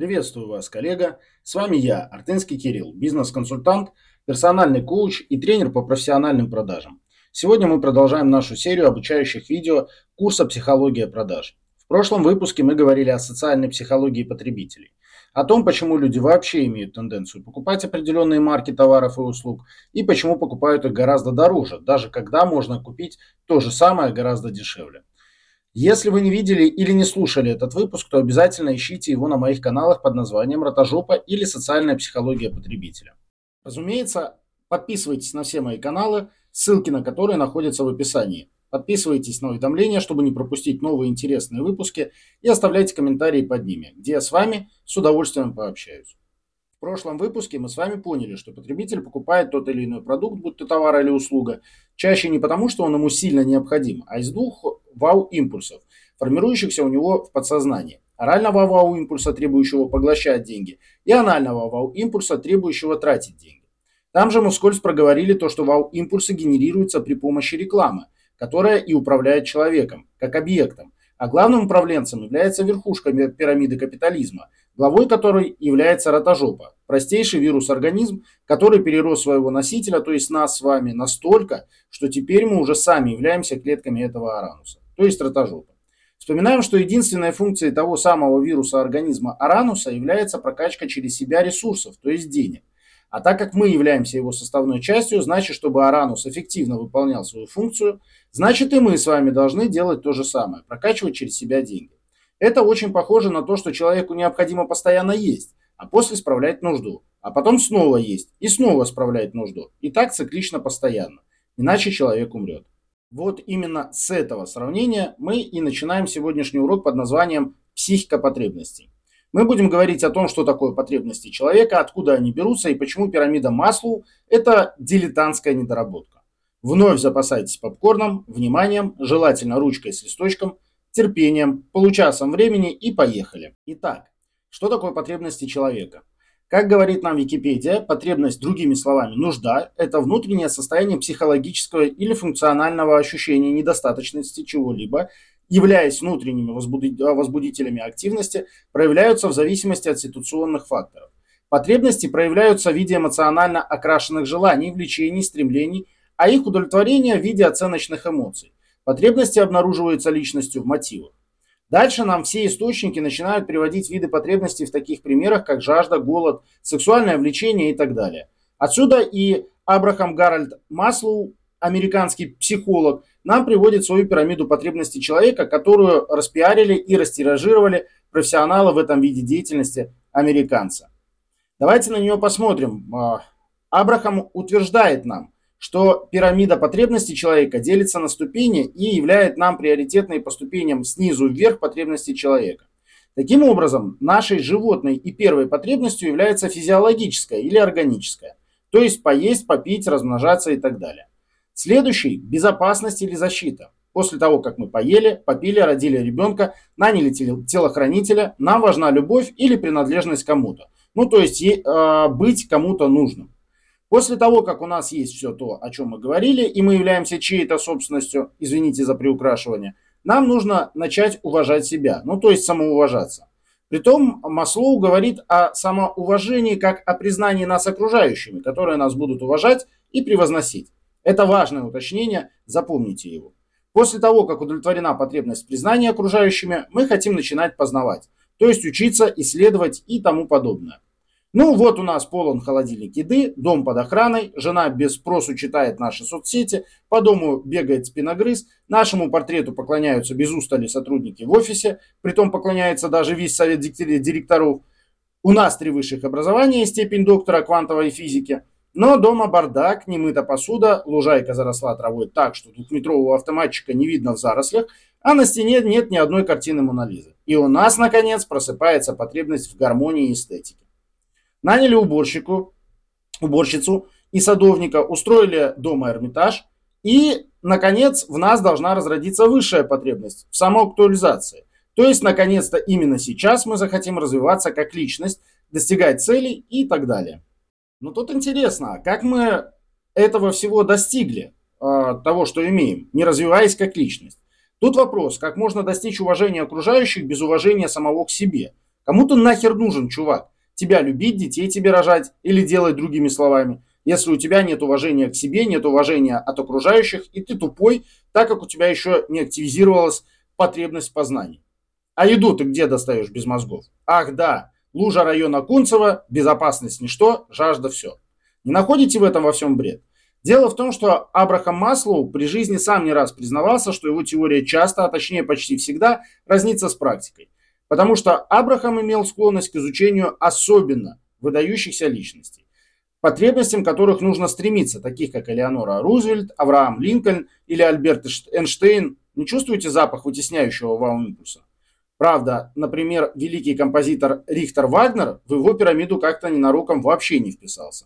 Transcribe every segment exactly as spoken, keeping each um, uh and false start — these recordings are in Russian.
Приветствую вас, коллега. С вами я, Артынский Кирилл, бизнес-консультант, персональный коуч и тренер по профессиональным продажам. Сегодня мы продолжаем нашу серию обучающих видео курса «Психология продаж». В прошлом выпуске мы говорили о социальной психологии потребителей, о том, почему люди вообще имеют тенденцию покупать определенные марки товаров и услуг, и почему покупают их гораздо дороже, даже когда можно купить то же самое гораздо дешевле. Если вы не видели или не слушали этот выпуск, то обязательно ищите его на моих каналах под названием «Ротожопа» или «Социальная психология потребителя». Разумеется, подписывайтесь на все мои каналы, ссылки на которые находятся в описании. Подписывайтесь на уведомления, чтобы не пропустить новые интересные выпуски, и оставляйте комментарии под ними, где я с вами с удовольствием пообщаюсь. В прошлом выпуске мы с вами поняли, что потребитель покупает тот или иной продукт, будь то товар или услуга, чаще не потому, что он ему сильно необходим, а из двух вау-импульсов, формирующихся у него в подсознании. Орального вау-импульса, требующего поглощать деньги, и анального вау-импульса, требующего тратить деньги. Там же мы вскользь проговорили то, что вау-импульсы генерируются при помощи рекламы, которая и управляет человеком, как объектом, а главным управленцем является верхушка пирамиды капитализма, главой которой является ротожопа, простейший вирус-организм, который перерос своего носителя, то есть нас с вами, настолько, что теперь мы уже сами являемся клетками этого арануса, то есть ротожопа. Вспоминаем, что единственной функцией того самого вируса-организма арануса является прокачка через себя ресурсов, то есть денег. А так как мы являемся его составной частью, значит, чтобы аранус эффективно выполнял свою функцию, значит и мы с вами должны делать то же самое, прокачивать через себя деньги. Это очень похоже на то, что человеку необходимо постоянно есть, а после справлять нужду, а потом снова есть и снова справлять нужду. И так циклично постоянно, иначе человек умрет. Вот именно с этого сравнения мы и начинаем сегодняшний урок под названием «Психика потребностей». Мы будем говорить о том, что такое потребности человека, откуда они берутся и почему пирамида Маслоу– это дилетантская недоработка. Вновь запасайтесь попкорном, вниманием, желательно ручкой с листочком, терпением, получасом времени и поехали. Итак, что такое потребности человека? Как говорит нам Википедия, потребность, другими словами, нужда– это внутреннее состояние психологического или функционального ощущения недостаточности чего-либо, являясь внутренними возбудителями активности, проявляются в зависимости от ситуационных факторов. Потребности проявляются в виде эмоционально окрашенных желаний, влечений, стремлений, а их удовлетворение в виде оценочных эмоций. Потребности обнаруживаются личностью в мотивах. Дальше нам все источники начинают приводить виды потребностей в таких примерах, как жажда, голод, сексуальное влечение и так далее. Отсюда и Абрахам Гарольд Маслоу, американский психолог, нам приводит свою пирамиду потребностей человека, которую распиарили и растиражировали профессионалы в этом виде деятельности американца. Давайте на нее посмотрим. Абрахам утверждает нам, что пирамида потребностей человека делится на ступени и являет нам приоритетной по ступеням снизу вверх потребности человека. Таким образом, нашей животной и первой потребностью является физиологическая или органическая, то есть поесть, попить, размножаться и так далее. Следующий – безопасность или защита. После того, как мы поели, попили, родили ребенка, наняли телохранителя, нам важна любовь или принадлежность кому-то. Ну, то есть э, быть кому-то нужным. После того, как у нас есть все то, о чем мы говорили, и мы являемся чьей-то собственностью, извините за приукрашивание, нам нужно начать уважать себя, ну, то есть самоуважаться. Притом Маслоу говорит о самоуважении как о признании нас окружающими, которые нас будут уважать и превозносить. Это важное уточнение, запомните его. После того, как удовлетворена потребность признания окружающими, мы хотим начинать познавать, то есть учиться, исследовать и тому подобное. Ну вот у нас полон холодильник еды, дом под охраной, жена без спросу читает наши соцсети, по дому бегает спиногрыз, нашему портрету поклоняются без устали сотрудники в офисе, притом поклоняется даже весь совет директоров. У нас три высших образования и степень доктора квантовой физики. Но дома бардак, немыта посуда, лужайка заросла травой так, что двухметрового автоматчика не видно в зарослях, а на стене нет ни одной картины Мона Лизы. И у нас, наконец, просыпается потребность в гармонии и эстетике. Наняли уборщику, уборщицу и садовника, устроили дома Эрмитаж, и, наконец, в нас должна разродиться высшая потребность в самоактуализации. То есть, наконец-то, именно сейчас мы захотим развиваться как личность, достигать целей и так далее. Но тут интересно, как мы этого всего достигли, того, что имеем, не развиваясь как личность. Тут вопрос, как можно достичь уважения окружающих без уважения самого к себе. Кому ты нахер нужен, чувак? Тебя любить, детей тебе рожать или делать другими словами, если у тебя нет уважения к себе, нет уважения от окружающих, и ты тупой, так как у тебя еще не активизировалась потребность в познании. А еду ты где достаешь без мозгов? Ах да, лужа района Кунцево, безопасность ничто, жажда все. Не находите в этом во всем бред? Дело в том, что Абрахам Маслоу при жизни сам не раз признавался, что его теория часто, а точнее почти всегда, разнится с практикой. Потому что Абрахам имел склонность к изучению особенно выдающихся личностей, потребностям которых нужно стремиться, таких как Элеонора Рузвельт, Авраам Линкольн или Альберт Эйнштейн. Не чувствуете запах вытесняющего вам импульса? Правда, например, великий композитор Рихтер Вагнер в его пирамиду как-то ненароком вообще не вписался.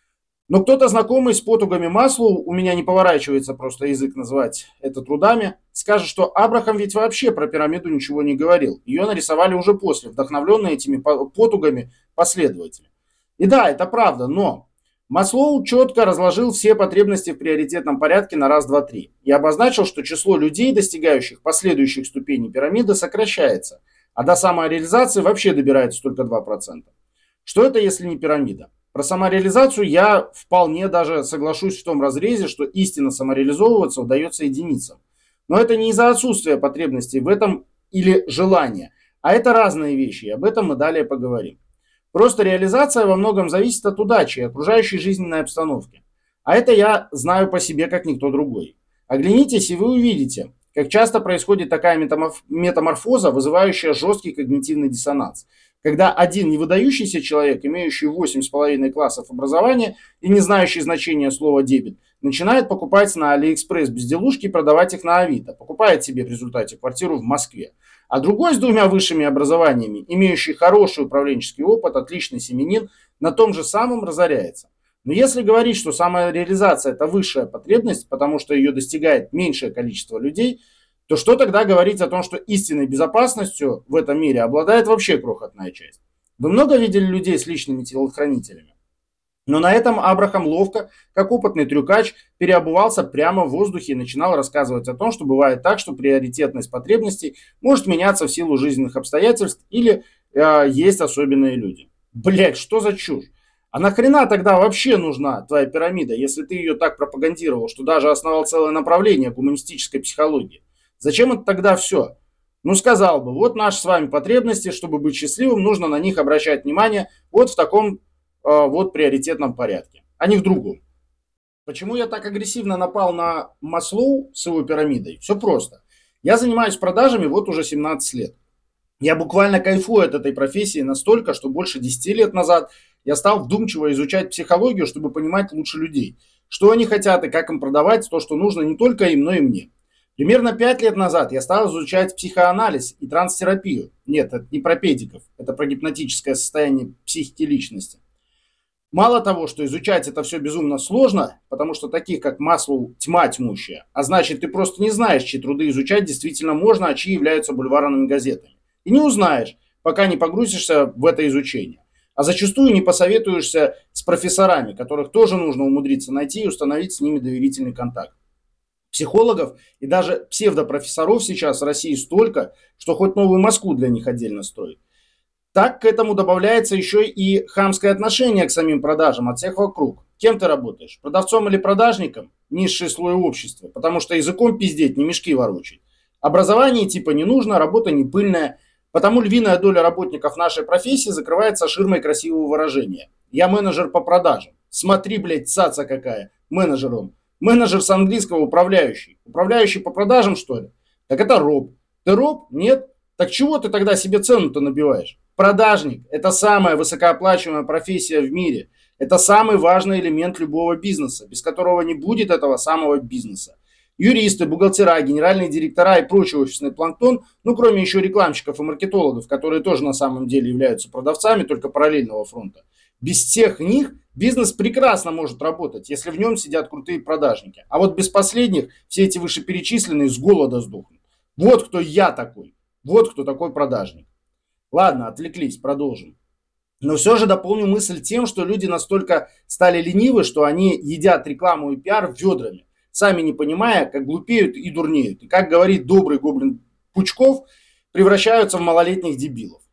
Но кто-то, знакомый с потугами Маслоу, у меня не поворачивается просто язык назвать это трудами, скажет, что Абрахам ведь вообще про пирамиду ничего не говорил. Ее нарисовали уже после, вдохновленные этими потугами последователи. И да, это правда, но Маслоу четко разложил все потребности в приоритетном порядке на раз, два, три и обозначил, что число людей, достигающих последующих ступеней пирамиды, сокращается, а до самореализации вообще добирается только два процента. Что это, если не пирамида? Про самореализацию я вполне даже соглашусь в том разрезе, что истинно самореализовываться удается единицам. Но это не из-за отсутствия потребностей в этом или желания, а это разные вещи, и об этом мы далее поговорим. Просто реализация во многом зависит от удачи и окружающей жизненной обстановки. А это я знаю по себе, как никто другой. Оглянитесь, и вы увидите, как часто происходит такая метаморфоза, вызывающая жесткий когнитивный диссонанс. Когда один невыдающийся человек, имеющий восемь с половиной классов образования и не знающий значения слова «дебет», начинает покупать на Алиэкспресс безделушки и продавать их на Авито, покупает себе в результате квартиру в Москве. А другой с двумя высшими образованиями, имеющий хороший управленческий опыт, отличный семьянин, на том же самом разоряется. Но если говорить, что самореализация – это высшая потребность, потому что ее достигает меньшее количество людей, то что тогда говорить о том, что истинной безопасностью в этом мире обладает вообще крохотная часть? Вы много видели людей с личными телохранителями? Но на этом Абрахам ловко, как опытный трюкач, переобувался прямо в воздухе и начинал рассказывать о том, что бывает так, что приоритетность потребностей может меняться в силу жизненных обстоятельств или э, есть особенные люди. Блять, что за чушь? А нахрена тогда вообще нужна твоя пирамида, если ты ее так пропагандировал, что даже основал целое направление коммунистической психологии? Зачем это тогда все? Ну, сказал бы, вот наши с вами потребности, чтобы быть счастливым, нужно на них обращать внимание вот в таком э, вот приоритетном порядке, а не в другом. Почему я так агрессивно напал на Маслоу с его пирамидой? Все просто. Я занимаюсь продажами вот уже семнадцать лет. Я буквально кайфую от этой профессии настолько, что больше десяти лет назад я стал вдумчиво изучать психологию, чтобы понимать лучше людей, что они хотят и как им продавать то, что нужно не только им, но и мне. Примерно пять лет назад я стал изучать психоанализ и транстерапию. Нет, это не про педиков, это про гипнотическое состояние психики личности. Мало того, что изучать это все безумно сложно, потому что таких, как Маслоу, тьма тьмущая, а значит, ты просто не знаешь, чьи труды изучать действительно можно, а чьи являются бульварными газетами. И не узнаешь, пока не погрузишься в это изучение. А зачастую не посоветуешься с профессорами, которых тоже нужно умудриться найти и установить с ними доверительный контакт. Психологов и даже псевдопрофессоров сейчас в России столько, что хоть новую Москву для них отдельно строить. Так к этому добавляется еще и хамское отношение к самим продажам от всех вокруг. Кем ты работаешь? Продавцом или продажником? Низший слой общества, потому что языком пиздеть, не мешки ворочать. Образование типа не нужно, работа не пыльная. Потому львиная доля работников нашей профессии закрывается ширмой красивого выражения. Я менеджер по продажам. Смотри, блядь, цаца какая. Менеджер он. Менеджер с английского управляющий. Управляющий по продажам, что ли? Так это роб. Ты роб? Нет? Так чего ты тогда себе цену-то набиваешь? Продажник – это самая высокооплачиваемая профессия в мире. Это самый важный элемент любого бизнеса, без которого не будет этого самого бизнеса. Юристы, бухгалтера, генеральные директора и прочий офисный планктон, ну кроме еще рекламщиков и маркетологов, которые тоже на самом деле являются продавцами, только параллельного фронта. Без всех них бизнес прекрасно может работать, если в нем сидят крутые продажники. А вот без последних все эти вышеперечисленные с голода сдохнут. Вот кто я такой. Вот кто такой продажник. Ладно, отвлеклись, продолжим. Но все же дополню мысль тем, что люди настолько стали ленивы, что они едят рекламу и пиар ведрами, сами не понимая, как глупеют и дурнеют. И как говорит добрый гоблин Пучков, превращаются в малолетних дебилов.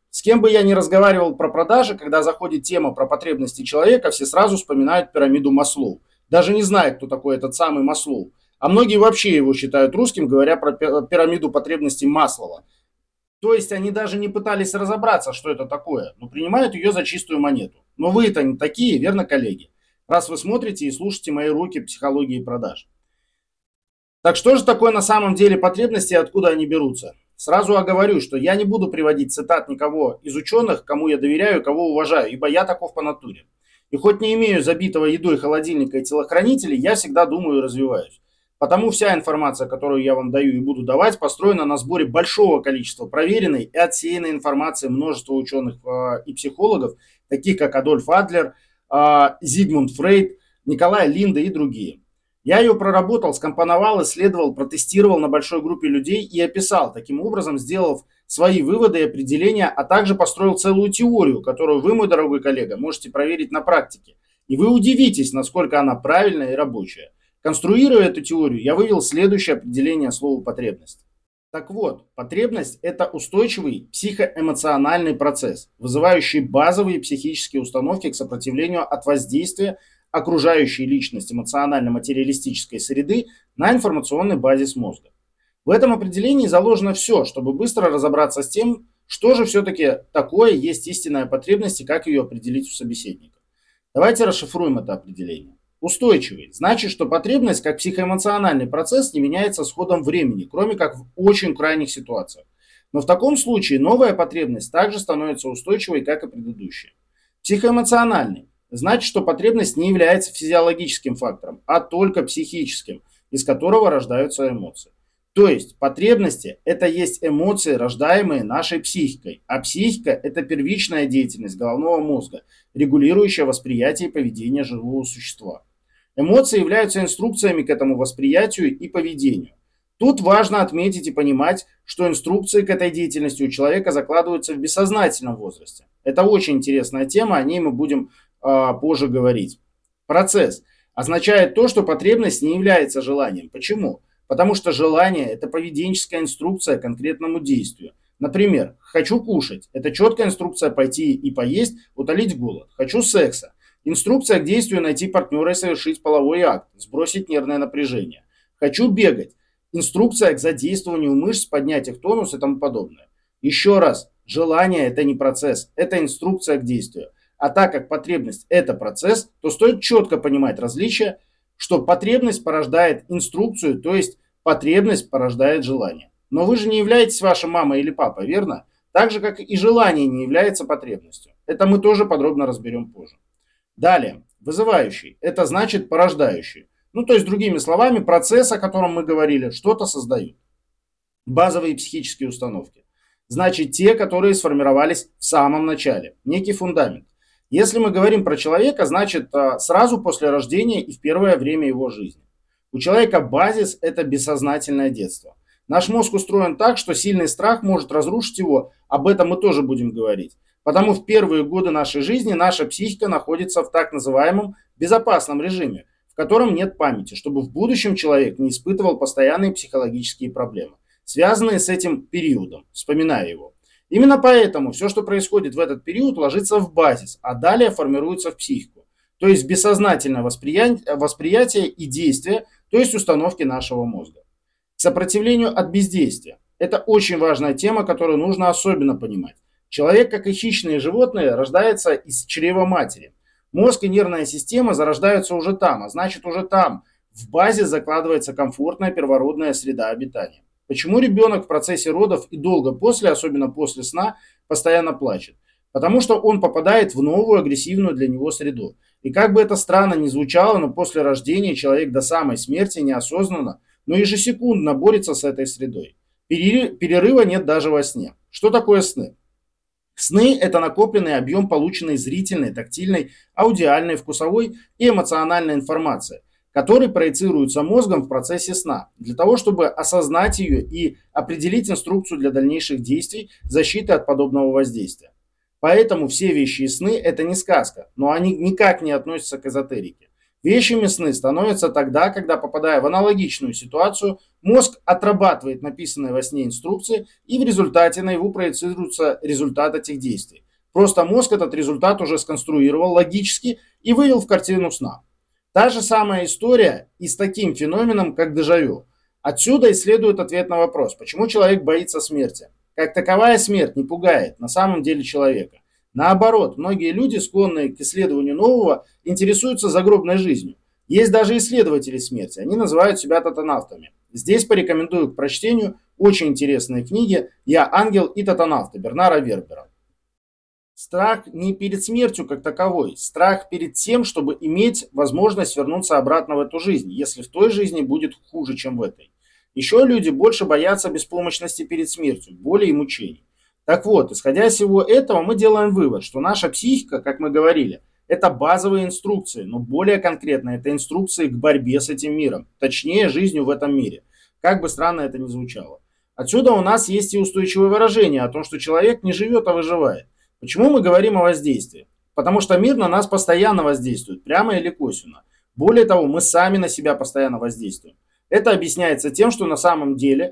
С кем бы я ни разговаривал про продажи, когда заходит тема про потребности человека, все сразу вспоминают пирамиду Маслоу. Даже не знают, кто такой этот самый Маслоу. А многие вообще его считают русским, говоря про пирамиду потребностей Маслова. То есть они даже не пытались разобраться, что это такое, но принимают ее за чистую монету. Но вы-то не такие, верно, коллеги? Раз вы смотрите и слушаете мои уроки психологии продаж. Так что же такое на самом деле потребности и откуда они берутся? Сразу оговорю, что я не буду приводить цитат никого из ученых, кому я доверяю, кого уважаю, ибо я таков по натуре. И хоть не имею забитого едой холодильника и телохранителей, я всегда думаю и развиваюсь. Потому вся информация, которую я вам даю и буду давать, построена на сборе большого количества проверенной и отсеянной информации множества ученых э, и психологов, таких как Адольф Адлер, э, Зигмунд Фрейд, Николай Линде и другие. Я ее проработал, скомпоновал, исследовал, протестировал на большой группе людей и описал, таким образом сделав свои выводы и определения, а также построил целую теорию, которую вы, мой дорогой коллега, можете проверить на практике. И вы удивитесь, насколько она правильная и рабочая. Конструируя эту теорию, я вывел следующее определение слова «потребность». Так вот, потребность – это устойчивый психоэмоциональный процесс, вызывающий базовые психические установки к сопротивлению от воздействия окружающей личность эмоционально-материалистической среды на информационный базис мозга. В этом определении заложено все, чтобы быстро разобраться с тем, что же все-таки такое есть истинная потребность и как ее определить у собеседника. Давайте расшифруем это определение. Устойчивый значит, что потребность как психоэмоциональный процесс не меняется с ходом времени, кроме как в очень крайних ситуациях. Но в таком случае новая потребность также становится устойчивой, как и предыдущая. Психоэмоциональный значит, что потребность не является физиологическим фактором, а только психическим, из которого рождаются эмоции. То есть потребности – это есть эмоции, рождаемые нашей психикой, а психика – это первичная деятельность головного мозга, регулирующая восприятие и поведение живого существа. Эмоции являются инструкциями к этому восприятию и поведению. Тут важно отметить и понимать, что инструкции к этой деятельности у человека закладываются в бессознательном возрасте. Это очень интересная тема, о ней мы будем э, позже говорить. Процесс означает то, что потребность не является желанием. Почему? Потому что желание – это поведенческая инструкция к конкретному действию. Например, «хочу кушать» – это четкая инструкция пойти и поесть, утолить голод. «Хочу секса» – инструкция к действию найти партнера и совершить половой акт, сбросить нервное напряжение. «Хочу бегать» – инструкция к задействованию мышц, поднять их тонус и тому подобное. Еще раз, желание – это не процесс, это инструкция к действию. А так как потребность – это процесс, то стоит четко понимать различия, что потребность порождает инструкцию, то есть потребность порождает желание. Но вы же не являетесь вашей мамой или папой, верно? Так же, как и желание не является потребностью. Это мы тоже подробно разберем позже. Далее, вызывающий. Это значит порождающий. Ну, то есть, другими словами, процесс, о котором мы говорили, что-то создают. Базовые психические установки. Значит, те, которые сформировались в самом начале. Некий фундамент. Если мы говорим про человека, значит сразу после рождения и в первое время его жизни. У человека базис – это бессознательное детство. Наш мозг устроен так, что сильный страх может разрушить его, об этом мы тоже будем говорить. Потому в первые годы нашей жизни наша психика находится в так называемом безопасном режиме, в котором нет памяти, чтобы в будущем человек не испытывал постоянные психологические проблемы, связанные с этим периодом, вспоминая его. Именно поэтому все, что происходит в этот период, ложится в базис, а далее формируется в психику. То есть бессознательное восприятие, восприятие и действие, то есть установки нашего мозга. К сопротивлению от бездействия. Это очень важная тема, которую нужно особенно понимать. Человек, как и хищные животные, рождается из чрева матери. Мозг и нервная система зарождаются уже там, а значит уже там в базе закладывается комфортная первородная среда обитания. Почему ребенок в процессе родов и долго после, особенно после сна, постоянно плачет? Потому что он попадает в новую агрессивную для него среду. И как бы это странно ни звучало, но после рождения человек до самой смерти неосознанно, но ежесекундно борется с этой средой. Перерыва нет даже во сне. Что такое сны? Сны – это накопленный объем полученной зрительной, тактильной, аудиальной, вкусовой и эмоциональной информации, который проецируется мозгом в процессе сна, для того, чтобы осознать ее и определить инструкцию для дальнейших действий защиты от подобного воздействия. Поэтому все вещи и сны – это не сказка, но они никак не относятся к эзотерике. Вещими сны становятся тогда, когда, попадая в аналогичную ситуацию, мозг отрабатывает написанные во сне инструкции, и в результате наяву проецируется результат этих действий. Просто мозг этот результат уже сконструировал логически и вывел в картину сна. Та же самая история и с таким феноменом, как дежавю. Отсюда и следует ответ на вопрос, почему человек боится смерти. Как таковая смерть не пугает на самом деле человека. Наоборот, многие люди, склонные к исследованию нового, интересуются загробной жизнью. Есть даже исследователи смерти, они называют себя тотонавтами. Здесь порекомендую к прочтению очень интересные книги «Я ангел и тотонавты» Бернара Вербера. Страх не перед смертью как таковой, страх перед тем, чтобы иметь возможность вернуться обратно в эту жизнь, если в той жизни будет хуже, чем в этой. Еще люди больше боятся беспомощности перед смертью, боли и мучений. Так вот, исходя из всего этого, мы делаем вывод, что наша психика, как мы говорили, это базовые инструкции, но более конкретно это инструкции к борьбе с этим миром, точнее жизнью в этом мире. Как бы странно это ни звучало. Отсюда у нас есть и устойчивое выражение о том, что человек не живет, а выживает. Почему мы говорим о воздействии? Потому что мир на нас постоянно воздействует, прямо или косвенно. Более того, мы сами на себя постоянно воздействуем. Это объясняется тем, что на самом деле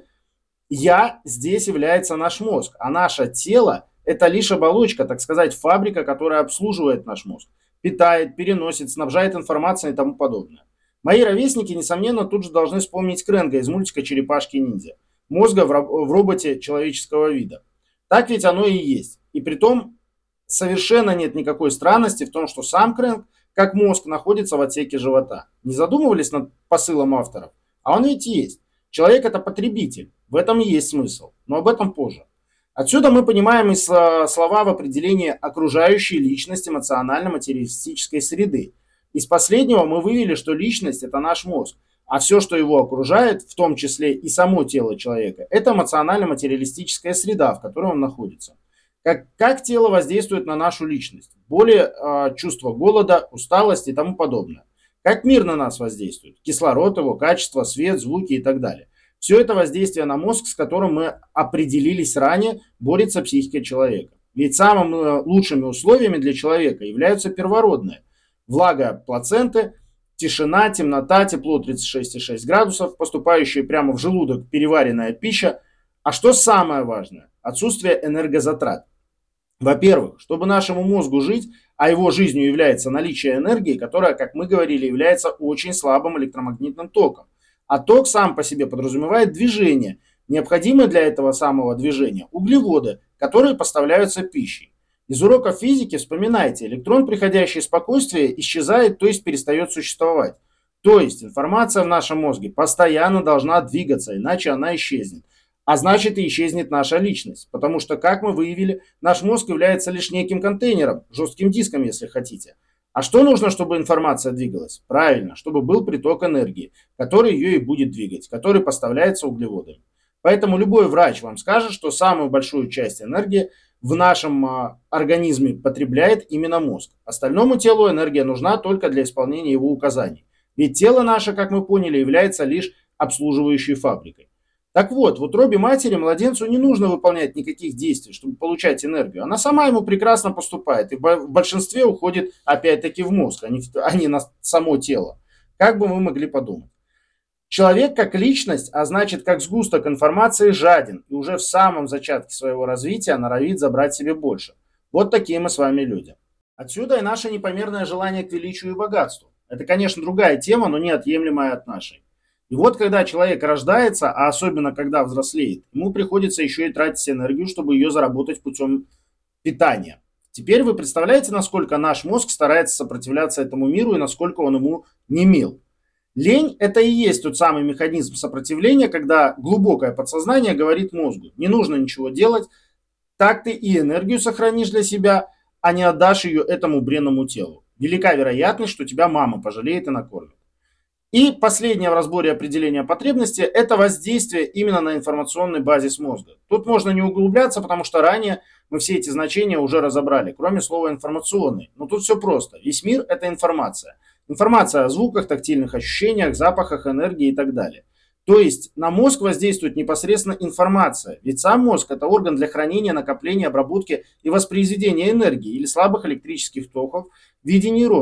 я здесь является наш мозг, а наше тело это лишь оболочка, так сказать, фабрика, которая обслуживает наш мозг, питает, переносит, снабжает информацией и тому подобное. Мои ровесники, несомненно, тут же должны вспомнить Крэнга из мультика «Черепашки-ниндзя», мозга в роботе человеческого вида. Так ведь оно и есть. И при том совершенно нет никакой странности в том, что сам Крэнг, как мозг, находится в отсеке живота. Не задумывались над посылом авторов? А он ведь есть. Человек это потребитель. В этом и есть смысл. Но об этом позже. Отсюда мы понимаем и слова в определении окружающей личность эмоционально-материалистической среды. Из последнего мы вывели, что личность это наш мозг. А все, что его окружает, в том числе и само тело человека, это эмоционально-материалистическая среда, в которой он находится. Как, как тело воздействует на нашу личность? Более э, чувство голода, усталость и тому подобное. Как мир на нас воздействует? Кислород, его качество, свет, звуки и так далее. Все это воздействие на мозг, с которым мы определились ранее, борется психика человека. Ведь самыми лучшими условиями для человека являются первородные. Влага плаценты, тишина, темнота, тепло тридцать шесть и шесть градусов, поступающая прямо в желудок переваренная пища. А что самое важное? Отсутствие энергозатрат. Во-первых, чтобы нашему мозгу жить, а его жизнью является наличие энергии, которая, как мы говорили, является очень слабым электромагнитным током. А ток сам по себе подразумевает движение. Необходимые для этого самого движения углеводы, которые поставляются пищей. Из уроков физики вспоминайте, электрон, приходящий в спокойствие, исчезает, то есть перестает существовать. То есть информация в нашем мозге постоянно должна двигаться, иначе она исчезнет. А значит и исчезнет наша личность. Потому что, как мы выявили, наш мозг является лишь неким контейнером, жестким диском, если хотите. А что нужно, чтобы информация двигалась? Правильно, чтобы был приток энергии, который ее и будет двигать, который поставляется углеводами. Поэтому любой врач вам скажет, что самую большую часть энергии в нашем а, организме потребляет именно мозг. Остальному телу энергия нужна только для исполнения его указаний. Ведь тело наше, как мы поняли, является лишь обслуживающей фабрикой. Так вот, в утробе матери младенцу не нужно выполнять никаких действий, чтобы получать энергию. Она сама ему прекрасно поступает. И в большинстве уходит опять-таки в мозг, а не, а не на само тело. Как бы мы могли подумать. Человек как личность, а значит как сгусток информации, жаден. И уже в самом зачатке своего развития норовит забрать себе больше. Вот такие мы с вами люди. Отсюда и наше непомерное желание к величию и богатству. Это, конечно, другая тема, но неотъемлемая от нашей. И вот когда человек рождается, а особенно когда взрослеет, ему приходится еще и тратить энергию, чтобы ее заработать путем питания. Теперь вы представляете, насколько наш мозг старается сопротивляться этому миру и насколько он ему не мил. Лень – это и есть тот самый механизм сопротивления, когда глубокое подсознание говорит мозгу: не нужно ничего делать, так ты и энергию сохранишь для себя, а не отдашь ее этому бренному телу. Велика вероятность, что тебя мама пожалеет и накормит. И последнее в разборе определения потребности – это воздействие именно на информационный базис мозга. Тут можно не углубляться, потому что ранее мы все эти значения уже разобрали, кроме слова информационный. Но тут все просто. Весь мир – это информация. Информация о звуках, тактильных ощущениях, запахах, энергии и так далее. То есть на мозг воздействует непосредственно информация. Ведь сам мозг – это орган для хранения, накопления, обработки и воспроизведения энергии или слабых электрических токов в виде нейронов,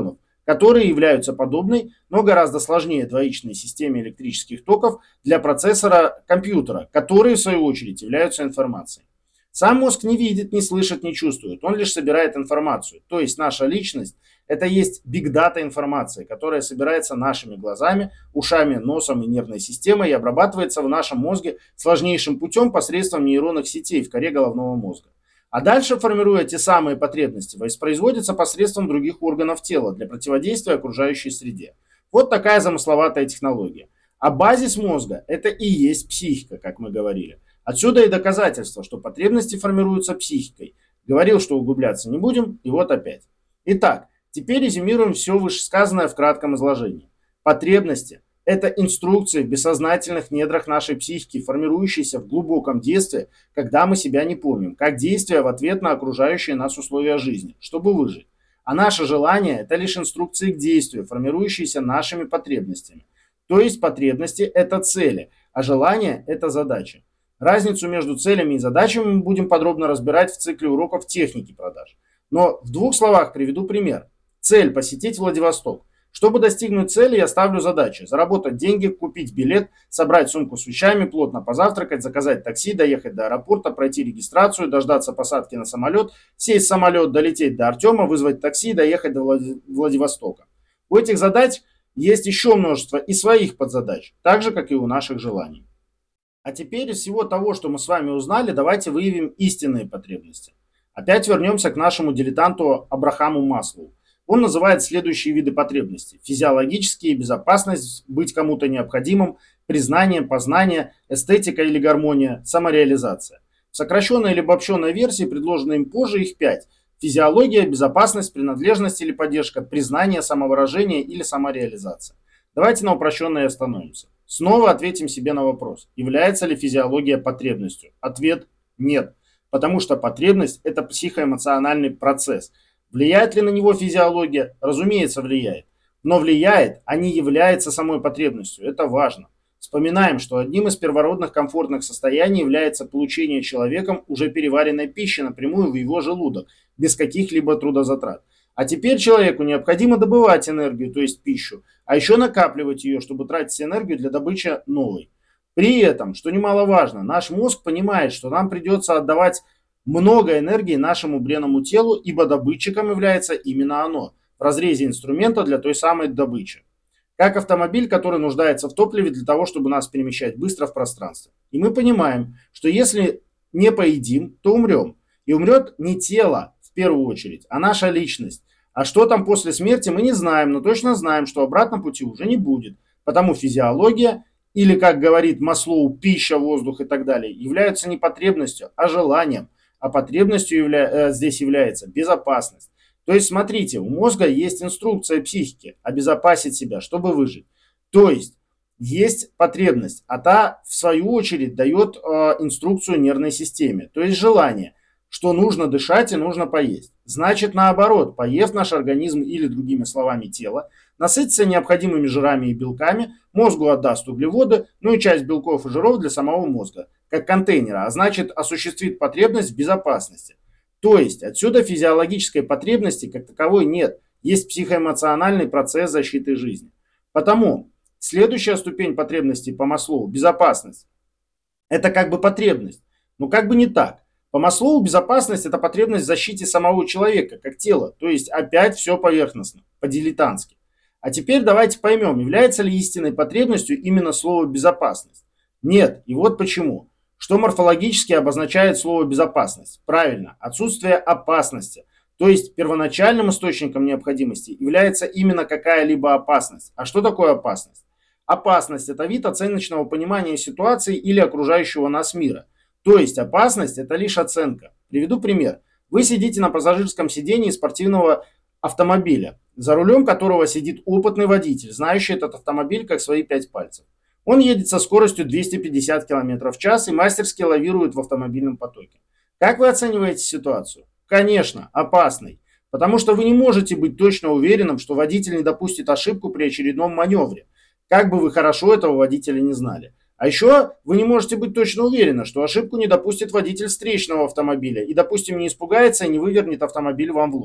которые являются подобной, но гораздо сложнее двоичной системе электрических токов для процессора компьютера, которые в свою очередь являются информацией. Сам мозг не видит, не слышит, не чувствует, он лишь собирает информацию. То есть наша личность – это есть биг-дата информации, которая собирается нашими глазами, ушами, носом и нервной системой и обрабатывается в нашем мозге сложнейшим путем посредством нейронных сетей в коре головного мозга. А дальше, формируя те самые потребности, воспроизводится посредством других органов тела для противодействия окружающей среде. Вот такая замысловатая технология. А базис мозга – это и есть психика, как мы говорили. Отсюда и доказательство, что потребности формируются психикой. Говорил, что углубляться не будем, и вот опять. Итак, теперь резюмируем все вышесказанное в кратком изложении. Потребности – это инструкции в бессознательных недрах нашей психики, формирующиеся в глубоком детстве, когда мы себя не помним, как действия в ответ на окружающие нас условия жизни, чтобы выжить. А наше желание – это лишь инструкции к действию, формирующиеся нашими потребностями. То есть потребности – это цели, а желание – это задачи. Разницу между целями и задачами мы будем подробно разбирать в цикле уроков техники продаж. Но в двух словах приведу пример. Цель – посетить Владивосток. Чтобы достигнуть цели, я ставлю задачи: заработать деньги, купить билет, собрать сумку с вещами, плотно позавтракать, заказать такси, доехать до аэропорта, пройти регистрацию, дождаться посадки на самолет, сесть в самолет, долететь до Артема, вызвать такси, доехать до Владивостока. У этих задач есть еще множество и своих подзадач, так же, как и у наших желаний. А теперь из всего того, что мы с вами узнали, давайте выявим истинные потребности. Опять вернемся к нашему дилетанту Абрахаму Маслоу. Он называет следующие виды потребностей: физиологические, безопасность, быть кому-то необходимым, признание, познание, эстетика или гармония, самореализация. В сокращенной или обобщенной версии, предложенной им позже, их пять: физиология, безопасность, принадлежность или поддержка, признание, самовыражение или самореализация. Давайте на упрощенной остановимся. Снова ответим себе на вопрос: является ли физиология потребностью? Ответ – нет. Потому что потребность – это психоэмоциональный процесс. Влияет ли на него физиология? Разумеется, влияет. Но влияет, а не является самой потребностью. Это важно. Вспоминаем, что одним из первородных комфортных состояний является получение человеком уже переваренной пищи напрямую в его желудок, без каких-либо трудозатрат. А теперь человеку необходимо добывать энергию, то есть пищу, а еще накапливать ее, чтобы тратить энергию для добычи новой. При этом, что немаловажно, наш мозг понимает, что нам придется отдавать много энергии нашему бренному телу, ибо добытчиком является именно оно, в разрезе инструмента для той самой добычи. Как автомобиль, который нуждается в топливе для того, чтобы нас перемещать быстро в пространстве. И мы понимаем, что если не поедим, то умрем. И умрет не тело в первую очередь, а наша личность. А что там после смерти, мы не знаем, но точно знаем, что обратно пути уже не будет. Потому физиология, или, как говорит Маслоу, пища, воздух и так далее, являются не потребностью, а желанием. А потребностью явля... э, здесь является безопасность. То есть, смотрите, у мозга есть инструкция психики обезопасить себя, чтобы выжить. То есть, есть потребность, а та, в свою очередь, дает э, инструкцию нервной системе. То есть, желание, что нужно дышать и нужно поесть. Значит, наоборот, поев, наш организм, или другими словами тело, насытится необходимыми жирами и белками, мозгу отдаст углеводы, ну и часть белков и жиров для самого мозга, как контейнера, а значит, осуществит потребность в безопасности. То есть, отсюда физиологической потребности как таковой нет, есть психоэмоциональный процесс защиты жизни. Потому следующая ступень потребностей по Маслоу – безопасность. Это как бы потребность, но как бы не так. По Маслоу безопасность – это потребность в защите самого человека, как тела, то есть опять все поверхностно, по-дилетантски. А теперь давайте поймем, является ли истинной потребностью именно слово «безопасность». Нет, и вот почему. Что морфологически обозначает слово «безопасность»? Правильно, отсутствие опасности. То есть первоначальным источником необходимости является именно какая-либо опасность. А что такое опасность? Опасность – это вид оценочного понимания ситуации или окружающего нас мира. То есть опасность – это лишь оценка. Приведу пример. Вы сидите на пассажирском сидении спортивного автомобиля, за рулем которого сидит опытный водитель, знающий этот автомобиль как свои пять пальцев. Он едет со скоростью двести пятьдесят километров в час и мастерски лавирует в автомобильном потоке. Как вы оцениваете ситуацию? Конечно, опасной. Потому что вы не можете быть точно уверенным, что водитель не допустит ошибку при очередном маневре. Как бы вы хорошо этого водителя не знали. А еще вы не можете быть точно уверены, что ошибку не допустит водитель встречного автомобиля и, допустим, не испугается и не вывернет автомобиль вам в лоб.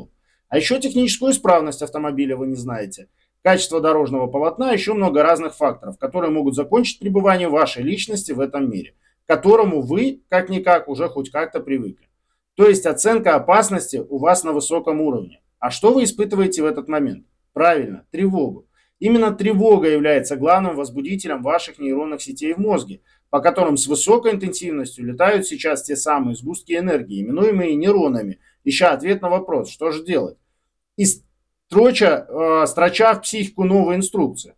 А еще техническую исправность автомобиля вы не знаете. Качество дорожного полотна, еще много разных факторов, которые могут закончить пребывание вашей личности в этом мире, к которому вы, как-никак, уже хоть как-то привыкли. То есть оценка опасности у вас на высоком уровне. А что вы испытываете в этот момент? Правильно, тревогу. Именно тревога является главным возбудителем ваших нейронных сетей в мозге, по которым с высокой интенсивностью летают сейчас те самые сгустки энергии, именуемые нейронами, ища ответ на вопрос, что же делать. И строча, э, строча в психику новые инструкции.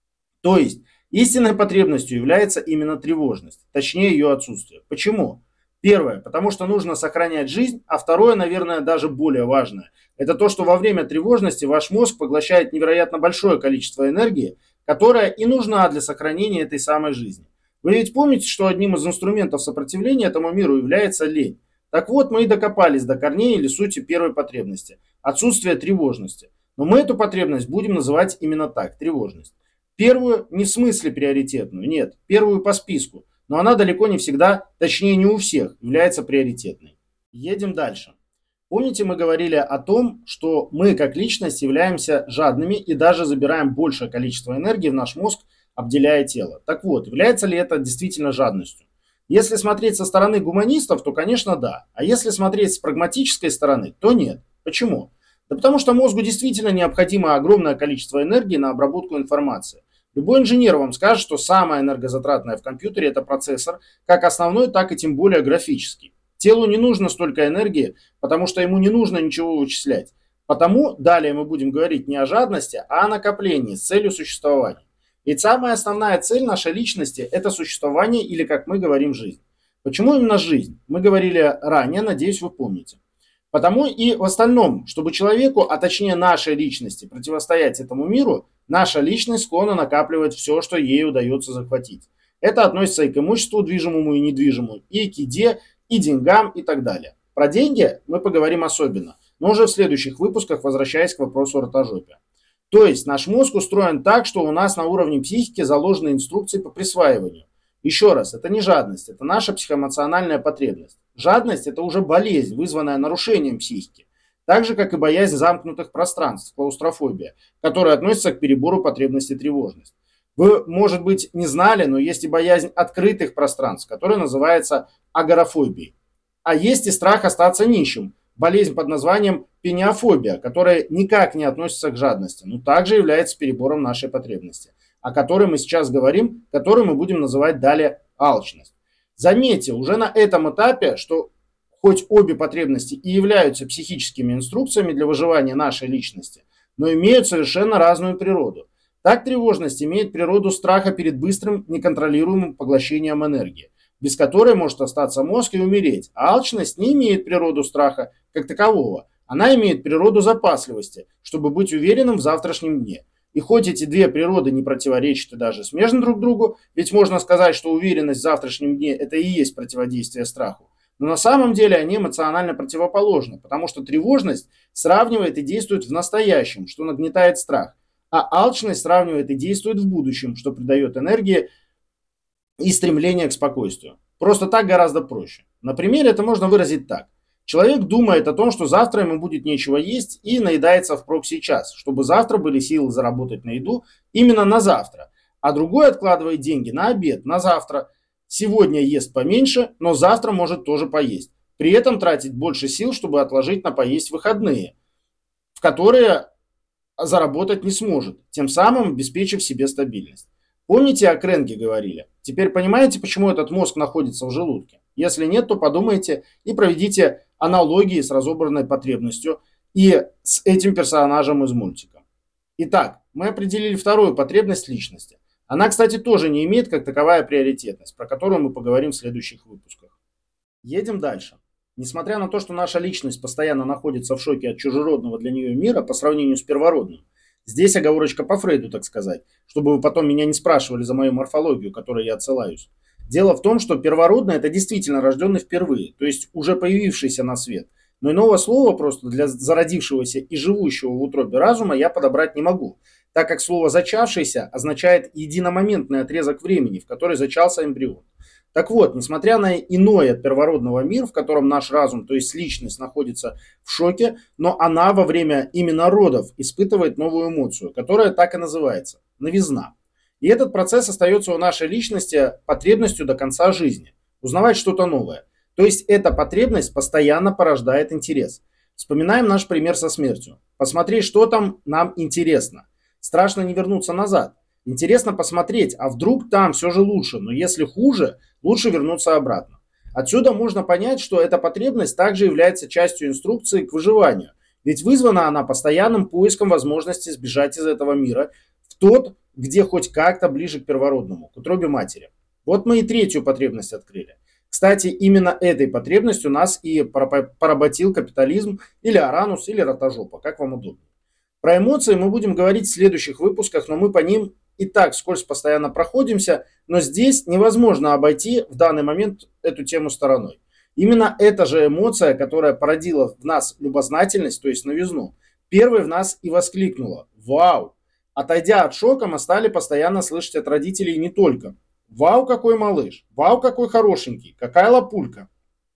То есть истинной потребностью является именно тревожность, точнее ее отсутствие. Почему? Первое, потому что нужно сохранять жизнь, а второе, наверное, даже более важное, это то, что во время тревожности ваш мозг поглощает невероятно большое количество энергии, которая и нужна для сохранения этой самой жизни. Вы ведь помните, что одним из инструментов сопротивления этому миру является лень. Так вот, мы и докопались до корней или сути первой потребности – отсутствие тревожности. Но мы эту потребность будем называть именно так – тревожность. Первую не в смысле приоритетную, нет, первую по списку. Но она далеко не всегда, точнее не у всех, является приоритетной. Едем дальше. Помните, мы говорили о том, что мы как личность являемся жадными и даже забираем большее количество энергии в наш мозг, обделяя тело. Так вот, является ли это действительно жадностью? Если смотреть со стороны гуманистов, то, конечно, да. А если смотреть с прагматической стороны, то нет. Почему? Да потому что мозгу действительно необходимо огромное количество энергии на обработку информации. Любой инженер вам скажет, что самое энергозатратное в компьютере – это процессор, как основной, так и тем более графический. Телу не нужно столько энергии, потому что ему не нужно ничего вычислять. Потому далее мы будем говорить не о жадности, а о накоплении с целью существования. Ведь самая основная цель нашей личности – это существование или, как мы говорим, жизнь. Почему именно жизнь? Мы говорили ранее, надеюсь, вы помните. Потому и в остальном, чтобы человеку, а точнее нашей личности, противостоять этому миру, наша личность склонна накапливать все, что ей удается захватить. Это относится и к имуществу движимому и недвижимому, и к еде, и деньгам, и так далее. Про деньги мы поговорим особенно, но уже в следующих выпусках, возвращаясь к вопросу о ротожопе. То есть наш мозг устроен так, что у нас на уровне психики заложены инструкции по присваиванию. Еще раз, это не жадность, это наша психоэмоциональная потребность. Жадность – это уже болезнь, вызванная нарушением психики. Так же, как и боязнь замкнутых пространств, клаустрофобия, которая относится к перебору потребностей тревожности. Вы, может быть, не знали, но есть и боязнь открытых пространств, которая называется агорафобией. А есть и страх остаться нищим, болезнь под названием пениофобия, которая никак не относится к жадности, но также является перебором нашей потребности, о которой мы сейчас говорим, которую мы будем называть далее алчность. Заметьте уже на этом этапе, что хоть обе потребности и являются психическими инструкциями для выживания нашей личности, но имеют совершенно разную природу. Так тревожность имеет природу страха перед быстрым, неконтролируемым поглощением энергии, без которой может остаться мозг и умереть, а алчность не имеет природу страха как такового. Она имеет природу запасливости, чтобы быть уверенным в завтрашнем дне. И хоть эти две природы не противоречат и даже смежны друг другу, ведь можно сказать, что уверенность в завтрашнем дне – это и есть противодействие страху, но на самом деле они эмоционально противоположны, потому что тревожность сравнивает и действует в настоящем, что нагнетает страх, а алчность сравнивает и действует в будущем, что придает энергии и стремление к спокойствию. Просто так гораздо проще. На примере это можно выразить так. Человек думает о том, что завтра ему будет нечего есть и наедается впрок сейчас, чтобы завтра были силы заработать на еду именно на завтра. А другой откладывает деньги на обед, на завтра. Сегодня ест поменьше, но завтра может тоже поесть. При этом тратить больше сил, чтобы отложить на поесть выходные, в которые заработать не сможет, тем самым обеспечив себе стабильность. Помните, о Кренге говорили? Теперь понимаете, почему этот мозг находится в желудке? Если нет, то подумайте и проведите аналогии с разобранной потребностью и с этим персонажем из мультика. Итак, мы определили вторую потребность личности. Она, кстати, тоже не имеет как таковая приоритетность, про которую мы поговорим в следующих выпусках. Едем дальше. Несмотря на то, что наша личность постоянно находится в шоке от чужеродного для нее мира по сравнению с первородным, здесь оговорочка по Фрейду, так сказать, чтобы вы потом меня не спрашивали за мою морфологию, которой я отсылаюсь. Дело в том, что первородный – это действительно рожденный впервые, то есть уже появившийся на свет. Но иного слова просто для зародившегося и живущего в утробе разума я подобрать не могу, так как слово «зачавшийся» означает единомоментный отрезок времени, в который зачался эмбрион. Так вот, несмотря на иной от первородного мир, в котором наш разум, то есть личность, находится в шоке, но она во время именно родов испытывает новую эмоцию, которая так и называется – новизна. И этот процесс остается у нашей личности потребностью до конца жизни. Узнавать что-то новое. То есть эта потребность постоянно порождает интерес. Вспоминаем наш пример со смертью. Посмотреть, что там, нам интересно. Страшно не вернуться назад. Интересно посмотреть, а вдруг там все же лучше, но если хуже, лучше вернуться обратно. Отсюда можно понять, что эта потребность также является частью инструкции к выживанию, ведь вызвана она постоянным поиском возможности сбежать из этого мира в тот, где хоть как-то ближе к первородному, к утробе матери. Вот мы и третью потребность открыли. Кстати, именно этой потребностью нас и поработил капитализм или Аранус, или Ротожопа, как вам удобно. Про эмоции мы будем говорить в следующих выпусках, но мы по ним и так вскользь постоянно проходимся, но здесь невозможно обойти в данный момент эту тему стороной. Именно эта же эмоция, которая породила в нас любознательность, то есть новизну, первой в нас и воскликнула «Вау!». Отойдя от шока, мы стали постоянно слышать от родителей не только «Вау, какой малыш!», «Вау, какой хорошенький!», «Какая лапулька!»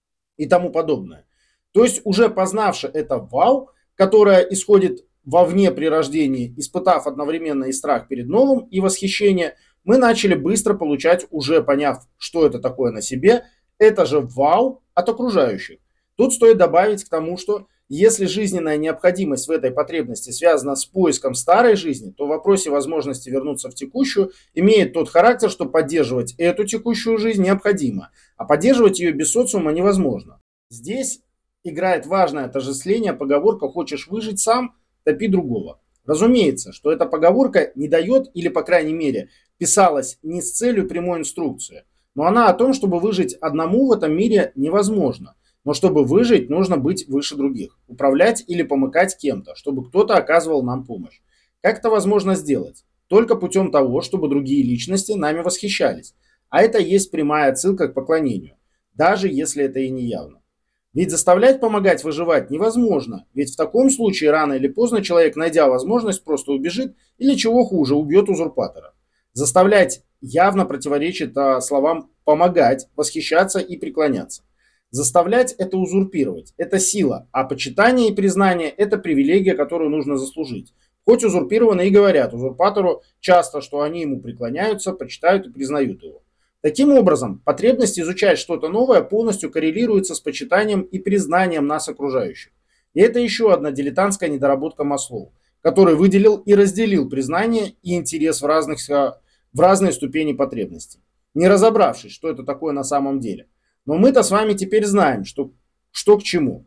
и тому подобное. То есть уже познавши это «Вау», которое исходит вовне при рождении, испытав одновременно и страх перед новым, и восхищение, мы начали быстро получать, уже поняв, что это такое на себе, это же вау от окружающих. Тут стоит добавить к тому, что если жизненная необходимость в этой потребности связана с поиском старой жизни, то в вопросе возможности вернуться в текущую имеет тот характер, что поддерживать эту текущую жизнь необходимо, а поддерживать ее без социума невозможно. Здесь играет важное отождествление поговорка «хочешь выжить сам, топи другого». Разумеется, что эта поговорка не дает, или по крайней мере писалась не с целью прямой инструкции, но она о том, чтобы выжить одному в этом мире невозможно. Но чтобы выжить, нужно быть выше других, управлять или помыкать кем-то, чтобы кто-то оказывал нам помощь. Как это возможно сделать? Только путем того, чтобы другие личности нами восхищались. А это есть прямая отсылка к поклонению, даже если это и не явно. Ведь заставлять помогать выживать невозможно, ведь в таком случае рано или поздно человек, найдя возможность, просто убежит или, чего хуже, убьет узурпатора. Заставлять явно противоречит словам «помогать», «восхищаться» и «преклоняться». Заставлять – это узурпировать, это сила, а почитание и признание – это привилегия, которую нужно заслужить. Хоть узурпированные и говорят узурпатору часто, что они ему преклоняются, почитают и признают его. Таким образом, потребность изучать что-то новое полностью коррелируется с почитанием и признанием нас окружающих. И это еще одна дилетантская недоработка Маслоу, который выделил и разделил признание и интерес в, разных, в разные ступени потребностей, не разобравшись, что это такое на самом деле. Но мы-то с вами теперь знаем, что, что к чему.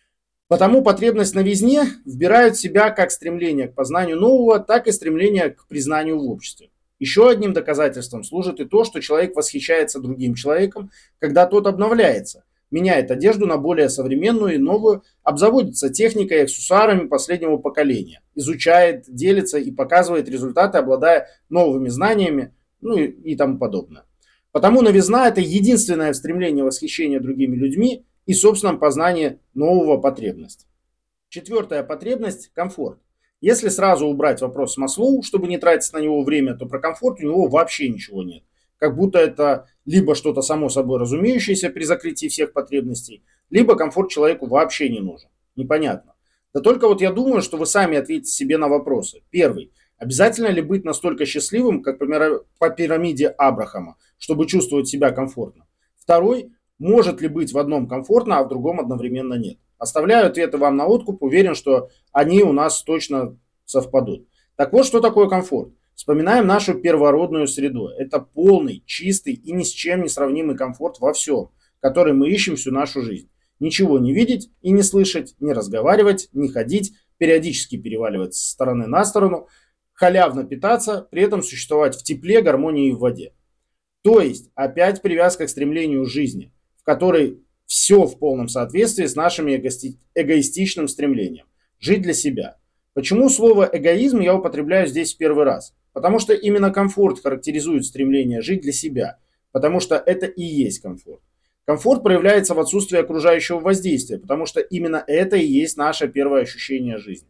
Потому потребность в новизне вбирает в себя как стремление к познанию нового, так и стремление к признанию в обществе. Еще одним доказательством служит и то, что человек восхищается другим человеком, когда тот обновляется, меняет одежду на более современную и новую, обзаводится техникой и аксессуарами последнего поколения, изучает, делится и показывает результаты, обладая новыми знаниями, ну и, и тому подобное. Потому новизна – это единственное стремление восхищения другими людьми и собственном познании нового потребности. Четвертая потребность – комфорт. Если сразу убрать вопрос с Маслоу, чтобы не тратить на него время, то про комфорт у него вообще ничего нет. Как будто это либо что-то само собой разумеющееся при закрытии всех потребностей, либо комфорт человеку вообще не нужен. Непонятно. Да только вот я думаю, что вы сами ответите себе на вопросы. Первый. Обязательно ли быть настолько счастливым, как по пирамиде Абрахама, чтобы чувствовать себя комфортно? Второй. Может ли быть в одном комфортно, а в другом одновременно нет? Оставляю ответы вам на откуп, уверен, что они у нас точно совпадут. Так вот, что такое комфорт? Вспоминаем нашу первородную среду. Это полный, чистый и ни с чем не сравнимый комфорт во всем, который мы ищем всю нашу жизнь. Ничего не видеть и не слышать, не разговаривать, не ходить, периодически переваливать с стороны на сторону, халявно питаться, при этом существовать в тепле, гармонии и в воде. То есть опять привязка к стремлению жизни, в которой все в полном соответствии с нашим эгоистичным стремлением. Жить для себя. Почему слово эгоизм я употребляю здесь в первый раз? Потому что именно комфорт характеризует стремление жить для себя. Потому что это и есть комфорт. Комфорт проявляется в отсутствии окружающего воздействия, потому что именно это и есть наше первое ощущение жизни.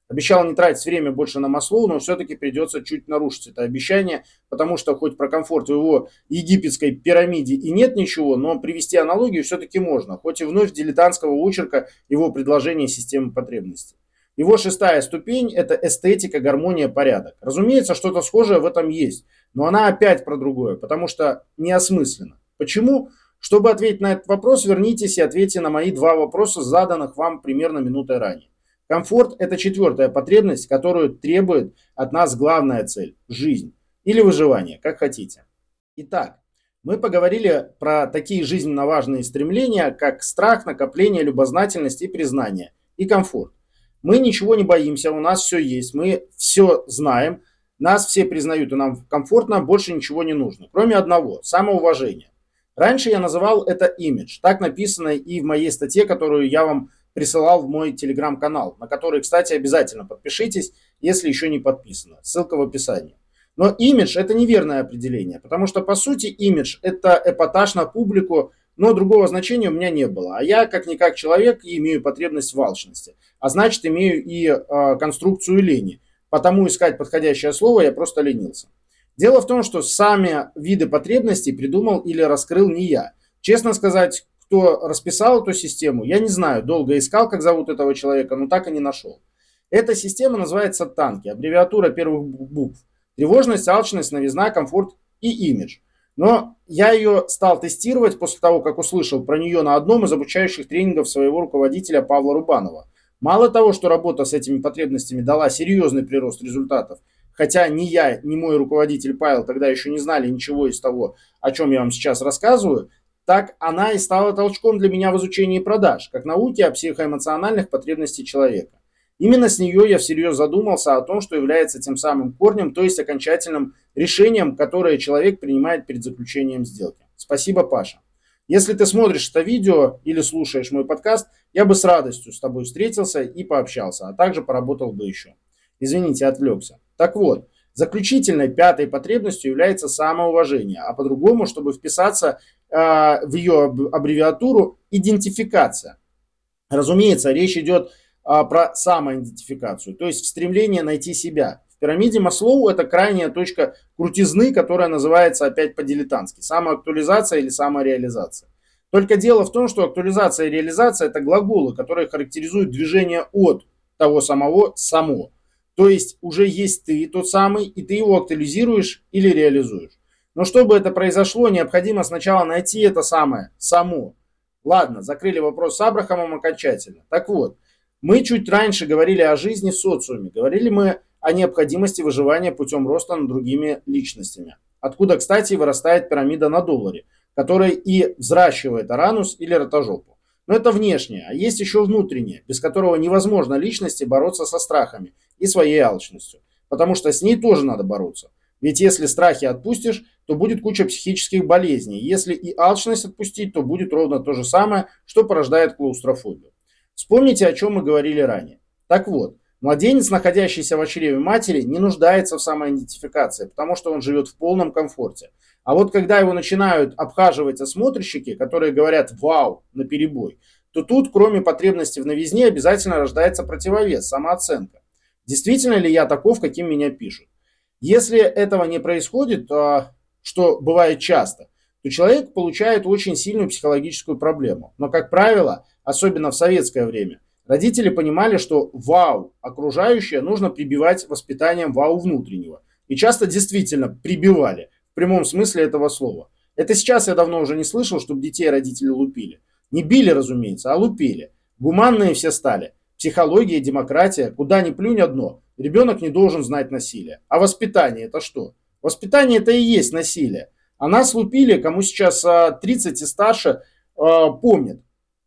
Обещал не тратить время больше на Маслоу, но все-таки придется чуть нарушить это обещание, потому что хоть про комфорт в его египетской пирамиде и нет ничего, но привести аналогию все-таки можно, хоть и вновь дилетантского очерка его предложения системы потребностей. Его шестая ступень – это эстетика, гармония, порядок. Разумеется, что-то схожее в этом есть, но она опять про другое, потому что неосмысленно. Почему? Чтобы ответить на этот вопрос, вернитесь и ответьте на мои два вопроса, заданных вам примерно минутой ранее. Комфорт – это четвертая потребность, которую требует от нас главная цель – жизнь или выживание, как хотите. Итак, мы поговорили про такие жизненно важные стремления, как страх, накопление, любознательность и признание, и комфорт. Мы ничего не боимся, у нас все есть, мы все знаем, нас все признают и нам комфортно, больше ничего не нужно, кроме одного – самоуважения. Раньше я называл это имидж, так написано и в моей статье, которую я вам присылал в мой телеграм-канал, на который, кстати, обязательно подпишитесь, если еще не подписано. Ссылка в описании. Но имидж – это неверное определение, потому что, по сути, имидж – это эпатаж на публику, но другого значения у меня не было. А я, как-никак человек, имею потребность в алчности, а значит, имею и э, конструкцию лени. Потому искать подходящее слово я просто ленился. Дело в том, что сами виды потребностей придумал или раскрыл не я. Честно сказать, кто расписал эту систему, я не знаю, долго искал, как зовут этого человека, но так и не нашел. Эта система называется танки, аббревиатура первых букв. Тревожность, алчность, новизна, комфорт и имидж. Но я ее стал тестировать после того, как услышал про нее на одном из обучающих тренингов своего руководителя Павла Рубанова. Мало того, что работа с этими потребностями дала серьезный прирост результатов, хотя ни я, ни мой руководитель Павел тогда еще не знали ничего из того, о чем я вам сейчас рассказываю, так она и стала толчком для меня в изучении продаж, как науки о психоэмоциональных потребностях человека. Именно с нее я всерьез задумался о том, что является тем самым корнем, то есть окончательным решением, которое человек принимает перед заключением сделки. Спасибо, Паша. Если ты смотришь это видео или слушаешь мой подкаст, я бы с радостью с тобой встретился и пообщался, а также поработал бы еще. Извините, отвлекся. Так вот, заключительной пятой потребностью является самоуважение, а по-другому, чтобы вписаться э, в ее аббревиатуру, идентификация. Разумеется, речь идет э, про самоидентификацию, то есть в стремлении найти себя. В пирамиде Маслоу это крайняя точка крутизны, которая называется опять по-дилетантски самоактуализация или самореализация. Только дело в том, что актуализация и реализация – это глаголы, которые характеризуют движение от того самого само. То есть уже есть ты, тот самый, и ты его актуализируешь или реализуешь. Но чтобы это произошло, необходимо сначала найти это самое, само. Ладно, закрыли вопрос с Абрахамом окончательно. Так вот, мы чуть раньше говорили о жизни в социуме. Говорили мы о необходимости выживания путем роста над другими личностями. Откуда, кстати, вырастает пирамида на долларе, которая и взращивает аранус или ротожопу. Но это внешнее, а есть еще внутреннее, без которого невозможно личности бороться со страхами и своей алчностью. Потому что с ней тоже надо бороться. Ведь если страхи отпустишь, то будет куча психических болезней. Если и алчность отпустить, то будет ровно то же самое, что порождает клаустрофобию. Вспомните, о чем мы говорили ранее. Так вот, младенец, находящийся в чреве матери, не нуждается в самоидентификации, потому что он живет в полном комфорте. А вот когда его начинают обхаживать осмотрщики, которые говорят «вау» наперебой, то тут, кроме потребности в новизне, обязательно рождается противовес, самооценка. Действительно ли я таков, каким меня пишут? Если этого не происходит, что бывает часто, то человек получает очень сильную психологическую проблему. Но, как правило, особенно в советское время, родители понимали, что вау окружающее нужно прибивать воспитанием вау внутреннего. И часто действительно прибивали, в прямом смысле этого слова. Это сейчас я давно уже не слышал, чтобы детей родители лупили. Не били, разумеется, а лупили. Гуманные все стали. Психология, демократия, куда ни плюнь одно. Ребенок не должен знать насилие. А воспитание это что? Воспитание это и есть насилие. А нас лупили, кому сейчас тридцать и старше, помнят.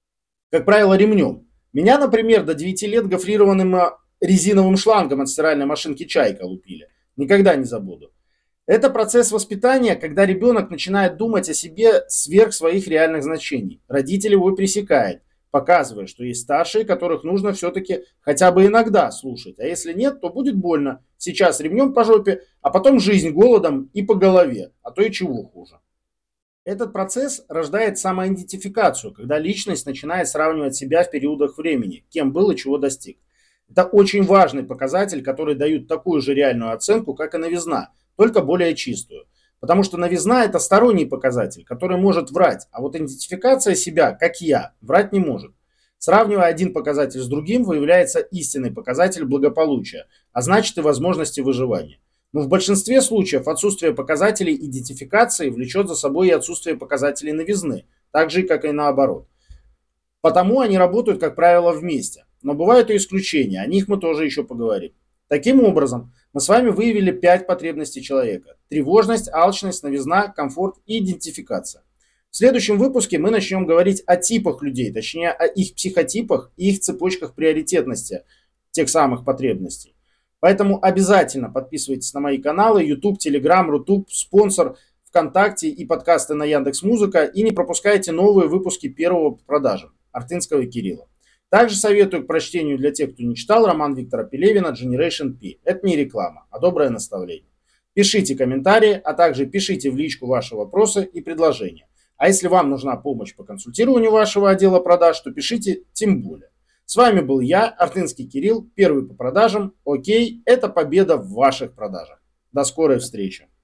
Как правило, ремнем. Меня, например, до девяти лет гофрированным резиновым шлангом от стиральной машинки «Чайка» лупили. Никогда не забуду. Это процесс воспитания, когда ребенок начинает думать о себе сверх своих реальных значений. Родитель его пресекает, показывая, что есть старшие, которых нужно все-таки хотя бы иногда слушать. А если нет, то будет больно. Сейчас ремнем по жопе, а потом жизнь голодом и по голове, а то и чего хуже. Этот процесс рождает самоидентификацию, когда личность начинает сравнивать себя в периодах времени, кем был и чего достиг. Это очень важный показатель, который дает такую же реальную оценку, как и новизна, только более чистую. Потому что новизна – это сторонний показатель, который может врать, а вот идентификация себя, как я, врать не может. Сравнивая один показатель с другим, выявляется истинный показатель благополучия, а значит и возможности выживания. Но в большинстве случаев отсутствие показателей идентификации влечет за собой и отсутствие показателей новизны, так же, как и наоборот. Потому они работают, как правило, вместе. Но бывают и исключения, о них мы тоже еще поговорим. Таким образом, мы с вами выявили пять потребностей человека. Тревожность, алчность, новизна, комфорт и идентификация. В следующем выпуске мы начнем говорить о типах людей, точнее о их психотипах и их цепочках приоритетности тех самых потребностей. Поэтому обязательно подписывайтесь на мои каналы YouTube, Telegram, Рутуб, спонсор, ВКонтакте и подкасты на Яндекс.Музыка и не пропускайте новые выпуски первого по продажам Артынского Кирилла. Также советую к прочтению для тех, кто не читал, роман Виктора Пелевина Generation P. Это не реклама, а доброе наставление. Пишите комментарии, а также пишите в личку ваши вопросы и предложения. А если вам нужна помощь по консультированию вашего отдела продаж, то пишите тем более. С вами был я, Артынский Кирилл, первый по продажам. Окей, это победа в ваших продажах. До скорой встречи.